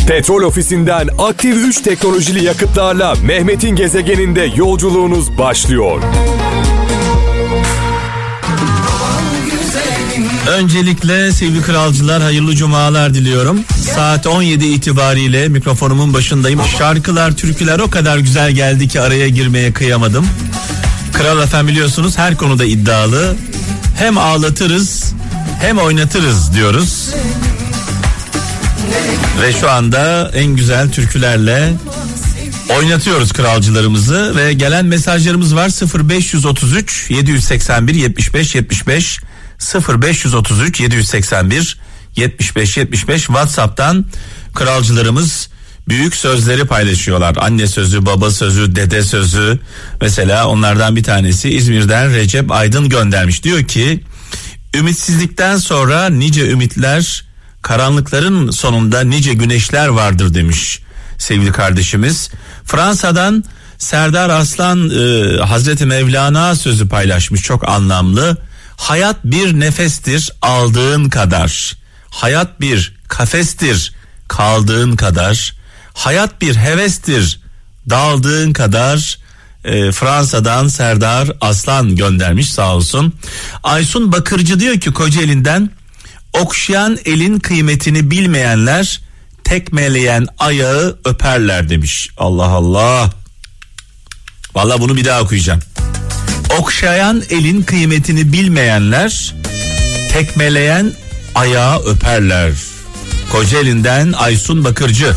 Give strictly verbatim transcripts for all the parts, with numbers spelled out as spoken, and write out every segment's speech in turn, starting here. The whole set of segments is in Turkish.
Petrol Ofisi'nden Aktif üç teknolojili yakıtlarla Mehmet'in gezegeninde yolculuğunuz başlıyor. Öncelikle sevgili kralcılar, hayırlı cumalar diliyorum. Saat on yedi itibariyle mikrofonumun başındayım. Şarkılar, türküler o kadar güzel geldi ki araya girmeye kıyamadım. Kral Efem biliyorsunuz her konuda iddialı. Hem ağlatırız hem oynatırız diyoruz. Ve şu anda en güzel türkülerle oynatıyoruz kralcılarımızı ve gelen mesajlarımız var. sıfır beş üç üç yedi seksen bir yetmiş beş yetmiş beş sıfır beş üç üç yedi seksen bir yetmiş beş yetmiş beş WhatsApp'tan kralcılarımız büyük sözleri paylaşıyorlar. Anne sözü, baba sözü, dede sözü. Mesela onlardan bir tanesi İzmir'den Recep Aydın göndermiş. Diyor ki, ümitsizlikten sonra nice ümitler, karanlıkların sonunda nice güneşler vardır demiş sevgili kardeşimiz. Fransa'dan Serdar Aslan e, Hazreti Mevlana sözü paylaşmış, çok anlamlı. Hayat bir nefestir aldığın kadar. Hayat bir kafestir kaldığın kadar. Hayat bir hevestir daldığın kadar. E, Fransa'dan Serdar Aslan göndermiş, sağ olsun. Aysun Bakırcı diyor ki Kocaeli'nden, okşayan elin kıymetini bilmeyenler tekmeleyen ayağı öperler demiş. Allah Allah. Vallahi bunu bir daha okuyacağım. Okşayan elin kıymetini bilmeyenler tekmeleyen ayağı öperler. Kocaeli'nden Aysun Bakırcı.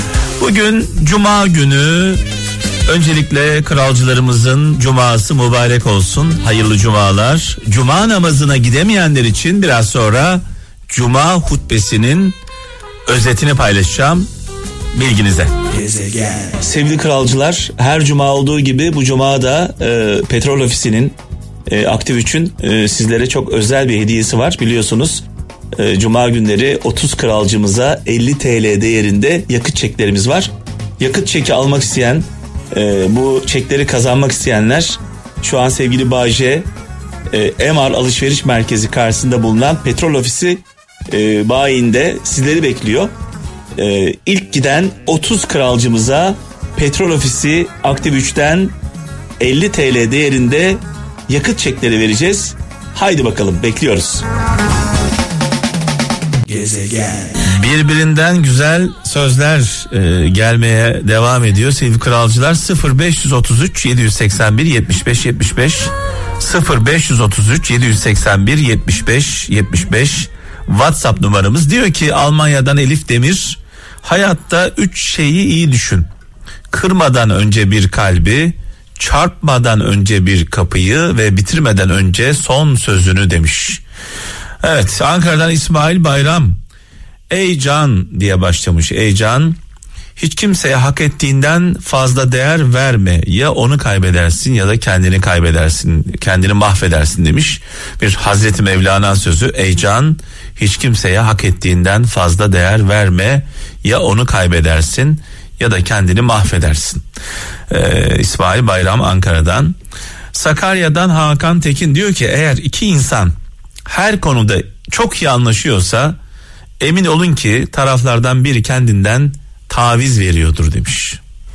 Bugün Cuma günü. Öncelikle kralcılarımızın cuması mübarek olsun. Hayırlı cumalar. Cuma namazına gidemeyenler için biraz sonra Cuma hutbesinin özetini paylaşacağım. Bilginize. Gezegen. Sevgili kralcılar, her cuma olduğu gibi bu cuma da e, Petrol Ofisi'nin e, Aktif üçün e, sizlere çok özel bir hediyesi var. Biliyorsunuz e, cuma günleri otuz kralcımıza elli TL değerinde yakıt çeklerimiz var. Yakıt çeki almak isteyen, e, bu çekleri kazanmak isteyenler şu an sevgili Bağcay e, M R Alışveriş Merkezi karşısında bulunan Petrol Ofisi e, bayinde sizleri bekliyor. Ee, ilk giden otuz kralcımıza Petrol Ofisi Aktif üçten elli TL değerinde yakıt çekleri vereceğiz. Haydi bakalım, bekliyoruz. Gezegen. Birbirinden güzel sözler e, gelmeye devam ediyor sevgili kralcılar. sıfır beş üç üç yedi seksen bir yetmiş beş yetmiş beş sıfır beş üç üç yedi seksen bir yetmiş beş yetmiş beş WhatsApp numaramız. Diyor ki Almanya'dan Elif Demir, hayatta üç şeyi iyi düşün. Kırmadan önce bir kalbi, çarpmadan önce bir kapıyı ve bitirmeden önce son sözünü demiş. Evet, Ankara'dan İsmail Bayram. Ey can diye başlamış. Ey can, hiç kimseye hak ettiğinden fazla değer verme. Ya onu kaybedersin ya da kendini kaybedersin, kendini mahvedersin demiş. Bir Hazreti Mevlana sözü. Ey can, hiç kimseye hak ettiğinden fazla değer verme. Ya onu kaybedersin ya da kendini mahvedersin. Ee, İsmail Bayram Ankara'dan. Sakarya'dan Hakan Tekin diyor ki, eğer iki insan her konuda çok iyi anlaşıyorsa emin olun ki taraflardan biri kendinden taviz veriyordur demiş.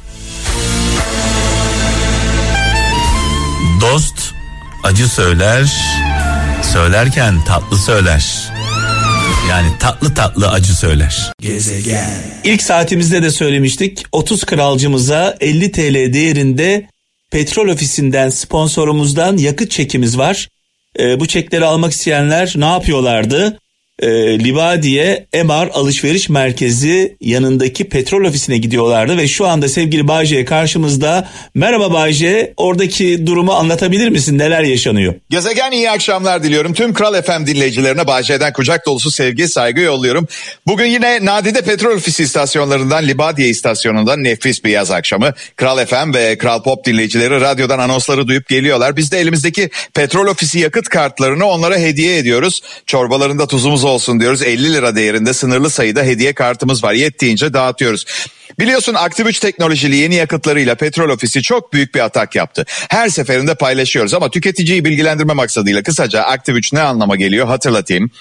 Dost acı söyler, söylerken tatlı söyler. Yani tatlı tatlı acı söyler. Gezegen. İlk saatimizde de söylemiştik. otuz kralcımıza elli TL değerinde Petrol Ofisi'nden, sponsorumuzdan yakıt çekimiz var. Ee, bu çekleri almak isteyenler ne yapıyorlardı? E, Libadiye M R Alışveriş Merkezi yanındaki Petrol Ofisi'ne gidiyorlardı ve şu anda sevgili Bağcay karşımızda. Merhaba Bağcay, oradaki durumu anlatabilir misin? Neler yaşanıyor? Gezegen, iyi akşamlar diliyorum. Tüm Kral F M dinleyicilerine Bağcay'dan kucak dolusu sevgi, saygı yolluyorum. Bugün yine Nadide Petrol Ofisi istasyonlarından, Libadiye istasyonundan nefis bir yaz akşamı. Kral F M ve Kral Pop dinleyicileri radyodan anonsları duyup geliyorlar. Biz de elimizdeki Petrol Ofisi yakıt kartlarını onlara hediye ediyoruz. Çorbalarında tuzumuz olsun diyoruz. elli lira değerinde sınırlı sayıda hediye kartımız var. Yettiğince dağıtıyoruz. Biliyorsun Aktif üç teknolojili yeni yakıtlarıyla Petrol Ofisi çok büyük bir atak yaptı. Her seferinde paylaşıyoruz ama tüketiciyi bilgilendirme maksadıyla kısaca Aktif üç ne anlama geliyor hatırlatayım.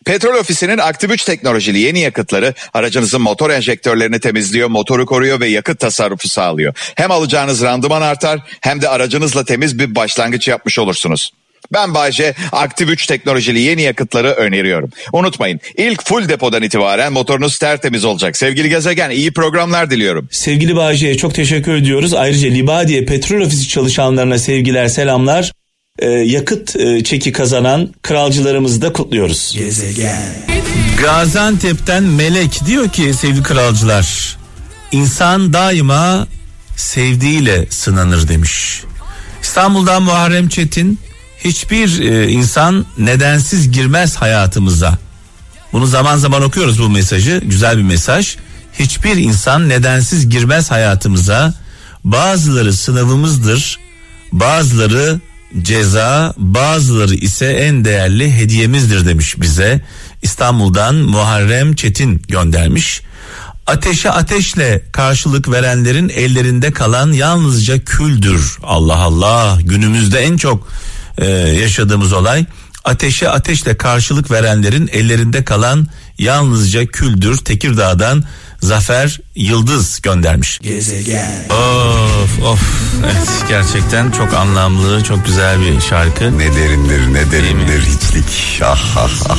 Petrol Ofisi'nin Aktif üç teknolojili yeni yakıtları aracınızın motor enjektörlerini temizliyor, motoru koruyor ve yakıt tasarrufu sağlıyor. Hem alacağınız randıman artar hem de aracınızla temiz bir başlangıç yapmış olursunuz. Ben Bayce, Aktif üç teknolojili yeni yakıtları öneriyorum. Unutmayın, ilk full depodan itibaren motorunuz tertemiz olacak. Sevgili gezegen, iyi programlar diliyorum. Sevgili Bayce'ye çok teşekkür ediyoruz. Ayrıca Libadiye Petrol Ofisi çalışanlarına sevgiler, selamlar. Ee, yakıt e, çeki kazanan kralcılarımızı da kutluyoruz. Gezegen. Gaziantep'ten Melek diyor ki sevgili kralcılar, insan daima sevdiğiyle sınanır demiş. İstanbul'dan Muharrem Çetin, hiçbir e, insan nedensiz girmez hayatımıza. Bunu zaman zaman okuyoruz bu mesajı, güzel bir mesaj. Hiçbir insan nedensiz girmez hayatımıza. Bazıları sınavımızdır, bazıları ceza, bazıları ise en değerli hediyemizdir demiş bize. İstanbul'dan Muharrem Çetin göndermiş. Ateşe ateşle karşılık verenlerin ellerinde kalan yalnızca küldür. Allah Allah, günümüzde en çok e, yaşadığımız olay. Ateşe ateşle karşılık verenlerin ellerinde kalan yalnızca küldür. Tekirdağ'dan Zafer Yıldız göndermiş. Gezegen. Of of, evet, gerçekten çok anlamlı, çok güzel bir şarkı. Ne derindir, ne derindir hiçlik. Ah ah ah.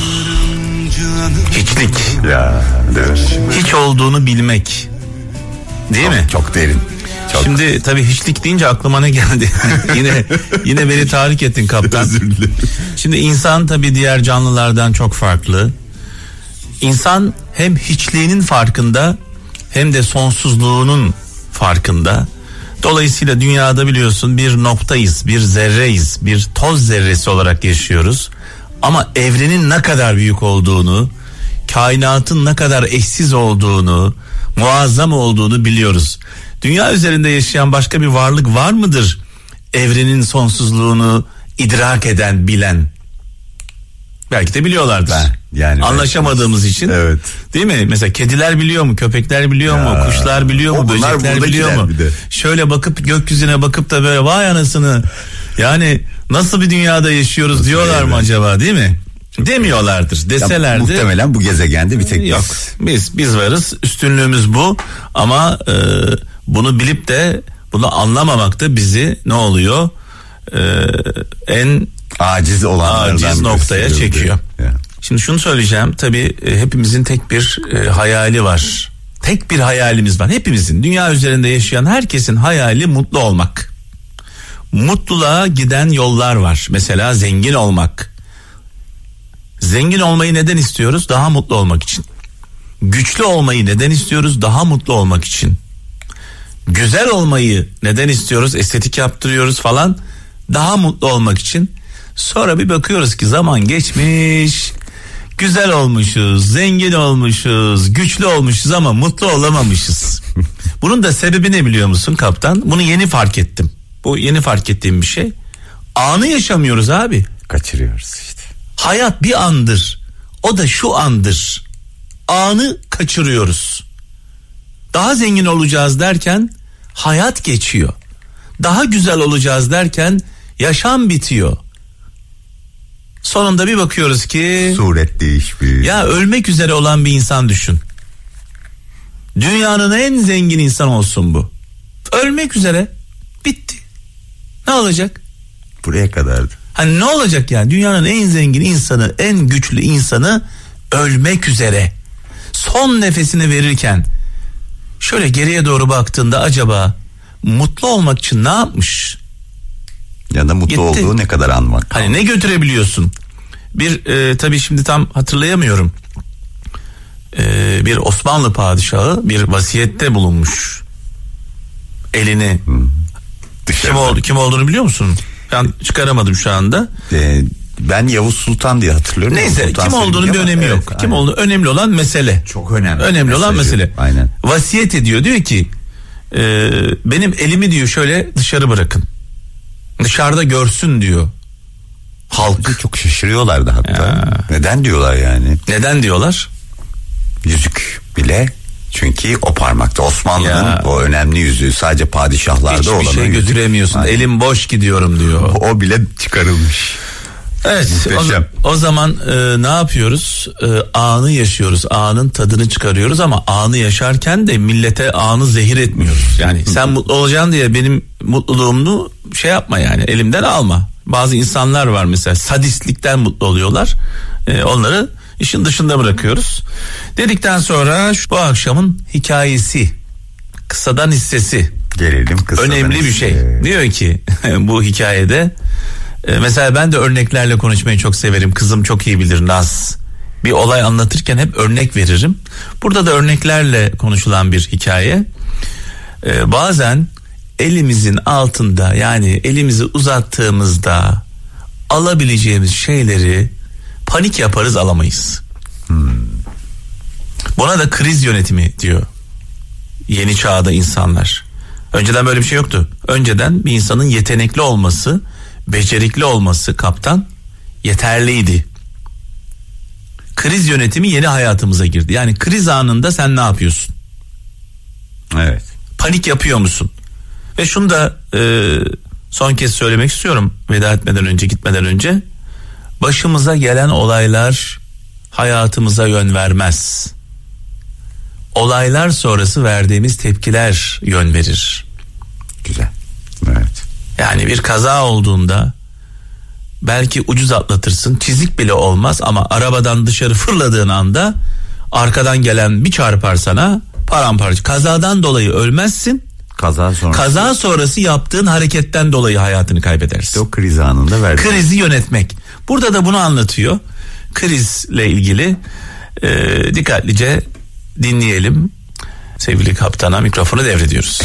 Hiçlik. Ya, değil mi? Hiç olduğunu bilmek. Değil çok, mi? Çok derin. Çok. Şimdi tabii hiçlik deyince aklıma ne geldi? yine yine beni tahrik ettin kaptan. Özür dilerim. Şimdi insan tabii diğer canlılardan çok farklı. İnsan hem hiçliğinin farkında hem de sonsuzluğunun farkında. Dolayısıyla dünyada biliyorsun bir noktayız, bir zerreyiz, bir toz zerresi olarak yaşıyoruz. Ama evrenin ne kadar büyük olduğunu, kainatın ne kadar eşsiz olduğunu, muazzam olduğunu biliyoruz. Dünya üzerinde yaşayan başka bir varlık var mıdır? Evrenin sonsuzluğunu idrak eden, bilen. Belki de biliyorlardır. Ben, yani anlaşamadığımız için. Evet. Değil mi? Mesela kediler biliyor mu? Köpekler biliyor ya, mu? Kuşlar biliyor mu? Böcekler biliyor mu? Şöyle bakıp gökyüzüne bakıp da böyle vay anasını. Yani nasıl bir dünyada yaşıyoruz nasıl diyorlar yani? Mı acaba, değil mi? Demiyorlardır. Deselerdi. Ya, muhtemelen bu gezegende bir tek yok. Biz biz varız. Üstünlüğümüz bu. Ama e, bunu bilip de bunu anlamamak da bizi ne oluyor? E, en aciz olanlardan aciz noktaya çekiyor. Ya. Şimdi şunu söyleyeceğim. Tabii e, hepimizin tek bir e, hayali var. Tek bir hayalimiz var. Hepimizin, dünya üzerinde yaşayan herkesin hayali mutlu olmak. Mutluluğa giden yollar var. Mesela zengin olmak. Zengin olmayı neden istiyoruz? Daha mutlu olmak için. Güçlü olmayı neden istiyoruz? Daha mutlu olmak için. Güzel olmayı neden istiyoruz? Estetik yaptırıyoruz falan. Daha mutlu olmak için. Sonra bir bakıyoruz ki zaman geçmiş. Güzel olmuşuz, zengin olmuşuz, güçlü olmuşuz ama mutlu olamamışız. Bunun da sebebi ne biliyor musun kaptan? Bunu yeni fark ettim. Bu yeni fark ettiğim bir şey. Anı yaşamıyoruz abi. Kaçırıyoruz işte. Hayat bir andır. O da şu andır. Anı kaçırıyoruz. Daha zengin olacağız derken hayat geçiyor. Daha güzel olacağız derken yaşam bitiyor. Sonunda bir bakıyoruz ki suret değişmiyor. Ya ölmek üzere olan bir insan düşün. Dünyanın en zengin insan olsun bu. Ölmek üzere. Bitti. Ne olacak? Buraya kadardı. Hani ne olacak yani? Dünyanın en zengin insanı, en güçlü insanı ölmek üzere. Son nefesini verirken şöyle geriye doğru baktığında acaba mutlu olmak için ne yapmış? Ya da mutlu Gitti. olduğu ne kadar anmak. Hani ne götürebiliyorsun? Bir e, tabii şimdi tam hatırlayamıyorum. E, bir Osmanlı padişahı bir vasiyette bulunmuş. Elini. Hmm. Kim oldu? Kim olduğunu biliyor musun? Ben çıkaramadım şu anda. Ee, ben Yavuz Sultan diye hatırlıyorum. Neyse Sultan kim olduğunu bir önemi evet, yok. Aynen. Kim olduğunu önemli olan mesele. Çok önemli. Önemli mesajı, olan mesele. Aynen. Vasiyet ediyor, diyor ki e, benim elimi diyor şöyle dışarı bırakın. Dışarıda görsün diyor. Halk. Çok şaşırıyorlardı hatta. Ya. Neden diyorlar yani? Neden diyorlar? Yüzük bile. Çünkü o parmakta Osmanlı'nın ya. o önemli yüzüğü sadece padişahlarda olan. Hiçbir şey götüremiyorsun. Yüzük. Elim boş gidiyorum diyor. O, o bile çıkarılmış. Evet, o, o zaman e, ne yapıyoruz? E, anı yaşıyoruz, anın tadını çıkarıyoruz ama anı yaşarken de millete anı zehir etmiyoruz. Yani sen mutlu olacaksın diye benim mutluluğumu şey yapma, yani elimden alma. Bazı insanlar var mesela, sadistlikten mutlu oluyorlar. E, onları işin dışında bırakıyoruz. Dedikten sonra şu, bu akşamın hikayesi, kısadan hissesi. Gelelim kısadan önemli hisse. Bir şey. Diyor ki bu hikayede e, mesela ben de örneklerle konuşmayı çok severim. Kızım çok iyi bilir, Naz. Bir olay anlatırken hep örnek veririm. Burada da örneklerle konuşulan bir hikaye. E, bazen elimizin altında, yani elimizi uzattığımızda alabileceğimiz şeyleri panik yaparız, alamayız. Hmm. Buna da kriz yönetimi diyor yeni çağda insanlar. Önceden böyle bir şey yoktu. Önceden bir insanın yetenekli olması, becerikli olması, kaptan, yeterliydi. Kriz yönetimi yeni hayatımıza girdi. Yani kriz anında sen ne yapıyorsun? Evet. Panik yapıyor musun? Ve şunu da e, son kez söylemek istiyorum veda etmeden önce, gitmeden önce. Başımıza gelen olaylar hayatımıza yön vermez. Olaylar sonrası verdiğimiz tepkiler yön verir. Güzel. Evet. Yani bir kaza olduğunda belki ucuz atlatırsın, çizik bile olmaz ama arabadan dışarı fırladığın anda arkadan gelen bir çarpar sana, paramparça. Kazadan dolayı ölmezsin. Kaza sonrası. Kaza sonrası yaptığın hareketten dolayı hayatını kaybedersin. İşte o kriz anında verdi. Krizi yönetmek. Burada da bunu anlatıyor. Krizle ilgili e, dikkatlice dinleyelim. Sevgili kaptana mikrofonu devrediyoruz.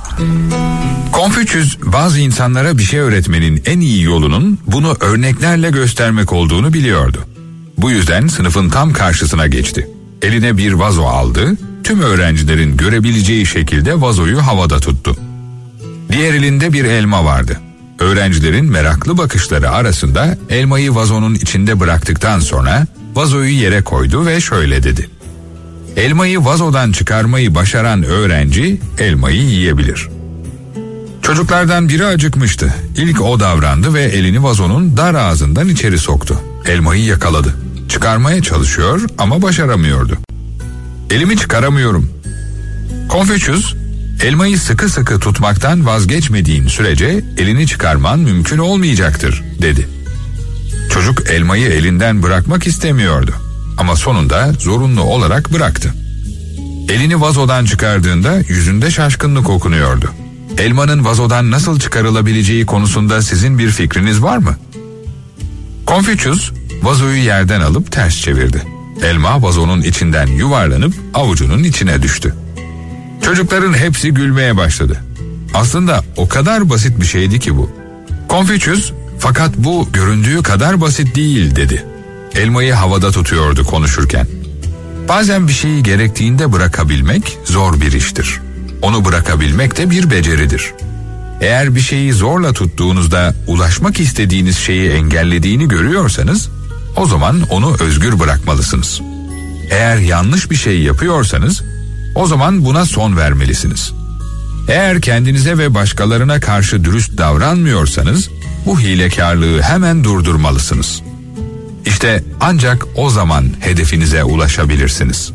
Konfüçyüs bazı insanlara bir şey öğretmenin en iyi yolunun bunu örneklerle göstermek olduğunu biliyordu. Bu yüzden sınıfın tam karşısına geçti. Eline bir vazo aldı, tüm öğrencilerin görebileceği şekilde vazoyu havada tuttu. Diğer elinde bir elma vardı. Öğrencilerin meraklı bakışları arasında elmayı vazonun içinde bıraktıktan sonra vazoyu yere koydu ve şöyle dedi: "Elmayı vazodan çıkarmayı başaran öğrenci elmayı yiyebilir." Çocuklardan biri acıkmıştı. İlk o davrandı ve elini vazonun dar ağzından içeri soktu. Elmayı yakaladı. Çıkarmaya çalışıyor ama başaramıyordu. "Elimi çıkaramıyorum." Konfüçyüs, "Elmayı sıkı sıkı tutmaktan vazgeçmediğin sürece elini çıkarman mümkün olmayacaktır," dedi. Çocuk elmayı elinden bırakmak istemiyordu. Ama sonunda zorunlu olarak bıraktı. Elini vazodan çıkardığında yüzünde şaşkınlık okunuyordu. Elmanın vazodan nasıl çıkarılabileceği konusunda sizin bir fikriniz var mı? Konfüçyüs vazoyu yerden alıp ters çevirdi. Elma vazonun içinden yuvarlanıp avucunun içine düştü. Çocukların hepsi gülmeye başladı. Aslında o kadar basit bir şeydi ki bu. Konfüçyüs, "Fakat bu göründüğü kadar basit değil," dedi. Elmayı havada tutuyordu konuşurken. Bazen bir şeyi gerektiğinde bırakabilmek zor bir iştir. Onu bırakabilmek de bir beceridir. Eğer bir şeyi zorla tuttuğunuzda ulaşmak istediğiniz şeyi engellediğini görüyorsanız, o zaman onu özgür bırakmalısınız. Eğer yanlış bir şey yapıyorsanız, o zaman buna son vermelisiniz. Eğer kendinize ve başkalarına karşı dürüst davranmıyorsanız, bu hilekarlığı hemen durdurmalısınız. İşte ancak o zaman hedefinize ulaşabilirsiniz.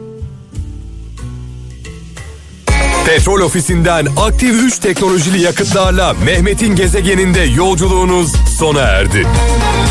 Petrol Ofisi'nden aktif üç teknolojili yakıtlarla Mehmet'in gezegeninde yolculuğunuz sona erdi.